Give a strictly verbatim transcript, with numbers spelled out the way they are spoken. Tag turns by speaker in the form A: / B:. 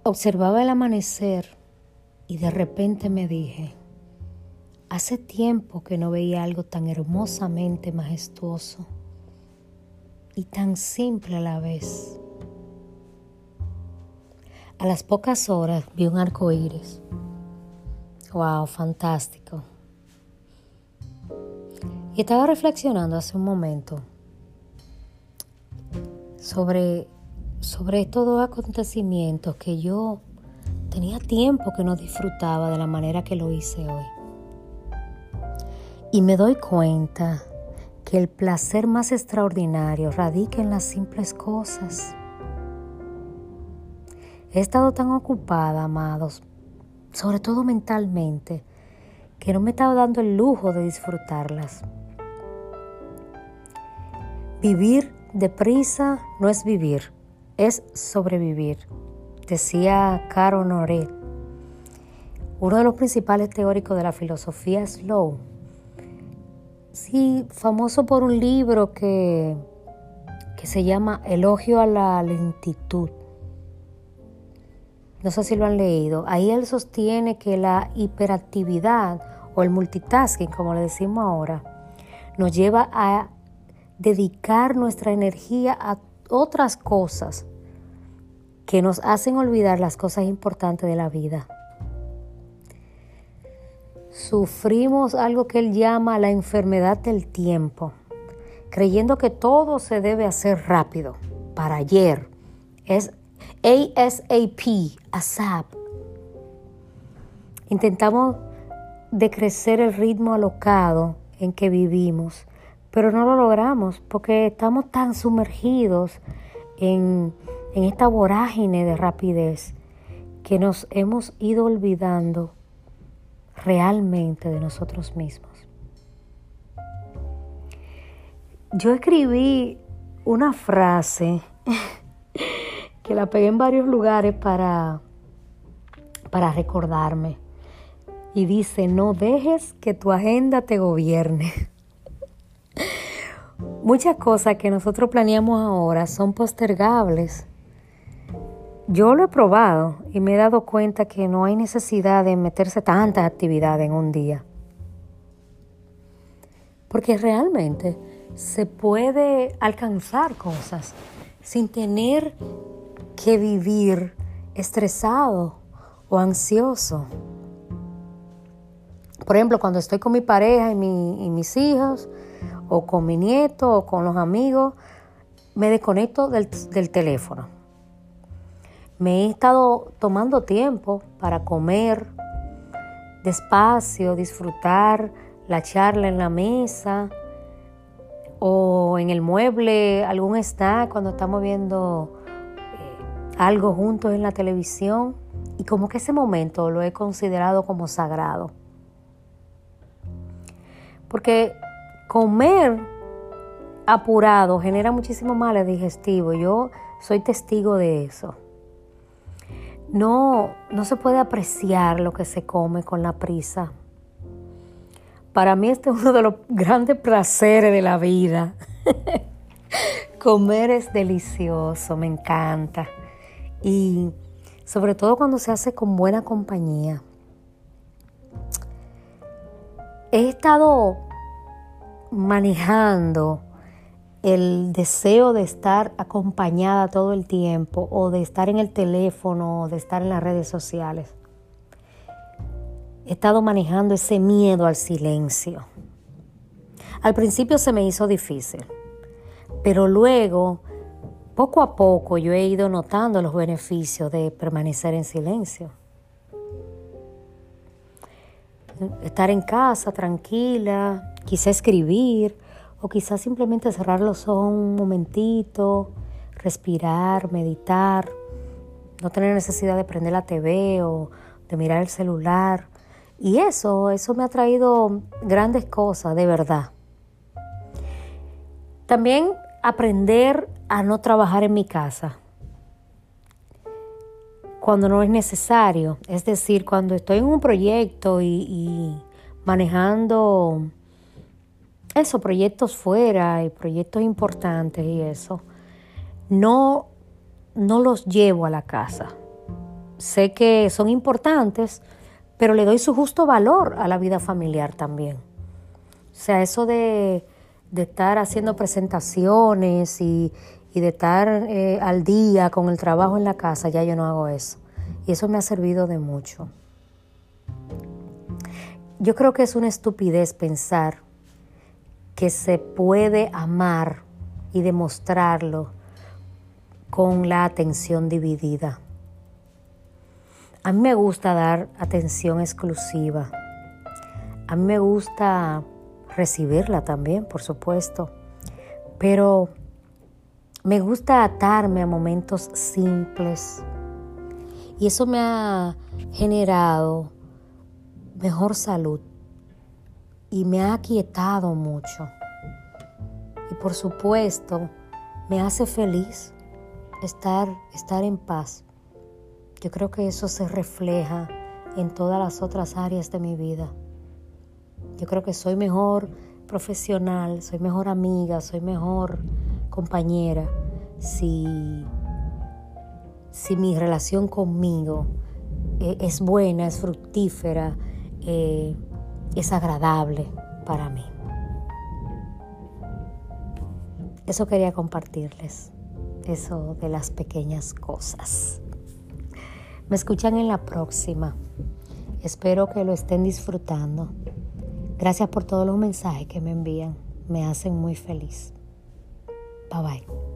A: Observaba el amanecer y de repente me dije, hace tiempo que no veía algo tan hermosamente majestuoso y tan simple a la vez. A las pocas horas vi un arco iris. ¡Wow! Fantástico. Y estaba reflexionando hace un momento sobre, sobre estos dos acontecimientos que yo tenía tiempo que no disfrutaba de la manera que lo hice hoy. Y me doy cuenta que el placer más extraordinario radica en las simples cosas. He estado tan ocupada, amados, sobre todo mentalmente, que no me estaba dando el lujo de disfrutarlas. Vivir deprisa no es vivir, es sobrevivir, decía Carl Honoré, uno de los principales teóricos de la filosofía slow. Sí, famoso por un libro que, que se llama Elogio a la lentitud. No sé si lo han leído. Ahí él sostiene que la hiperactividad o el multitasking, como le decimos ahora, nos lleva a dedicar nuestra energía a otras cosas que nos hacen olvidar las cosas importantes de la vida. Sufrimos algo que él llama la enfermedad del tiempo, creyendo que todo se debe hacer rápido, para ayer. Es ASAP, ASAP. Intentamos decrecer el ritmo alocado en que vivimos, pero no lo logramos porque estamos tan sumergidos en, en esta vorágine de rapidez que nos hemos ido olvidando realmente de nosotros mismos. Yo escribí una frase que la pegué en varios lugares para, para recordarme. Y dice, no dejes que tu agenda te gobierne. Muchas cosas que nosotros planeamos ahora son postergables. Yo lo he probado y me he dado cuenta que no hay necesidad de meterse tantas actividades en un día. Porque realmente se puede alcanzar cosas sin tener que vivir estresado o ansioso. Por ejemplo, cuando estoy con mi pareja y, mi, y mis hijos, o con mi nieto, o con los amigos, me desconecto del, del teléfono. Me he estado tomando tiempo para comer despacio, disfrutar la charla en la mesa, o en el mueble, algún snack cuando estamos viendo algo juntos en la televisión, y como que ese momento lo he considerado como sagrado. Porque comer apurado genera muchísimo mal digestivo. Yo soy testigo de eso. No, no se puede apreciar lo que se come con la prisa. Para mí este es uno de los grandes placeres de la vida. Comer es delicioso, me encanta. Y sobre todo cuando se hace con buena compañía. He estado manejando el deseo de estar acompañada todo el tiempo, o de estar en el teléfono, o de estar en las redes sociales. He estado manejando ese miedo al silencio. Al principio se me hizo difícil, pero luego, poco a poco, yo he ido notando los beneficios de permanecer en silencio. Estar en casa tranquila, quizá escribir, o quizá simplemente cerrar los ojos un momentito, respirar, meditar, no tener necesidad de prender la T V o de mirar el celular. Y eso, eso me ha traído grandes cosas, de verdad. También aprender a no trabajar en mi casa cuando no es necesario. Es decir, cuando estoy en un proyecto y, y manejando esos proyectos fuera y proyectos importantes y eso, no, no los llevo a la casa. sé que son importantes, pero le doy su justo valor a la vida familiar también. O sea, eso de, de estar haciendo presentaciones y, y de estar eh, al día con el trabajo en la casa, ya yo no hago eso. Y eso me ha servido de mucho. Yo creo que es una estupidez pensar que se puede amar y demostrarlo con la atención dividida. A mí me gusta dar atención exclusiva. A mí me gusta recibirla también, por supuesto. Pero me gusta atarme a momentos simples. Y eso me ha generado mejor salud y me ha aquietado mucho. Y por supuesto, me hace feliz estar, estar en paz. Yo creo que eso se refleja en todas las otras áreas de mi vida. Yo creo que soy mejor profesional, soy mejor amiga, soy mejor compañera si, si mi relación conmigo eh, es buena, es fructífera, eh, es agradable para mí. Eso quería compartirles, eso de las pequeñas cosas. Me escuchan en la próxima. Espero que lo estén disfrutando. Gracias por todos los mensajes que me envían. Me hacen muy feliz. Bye bye.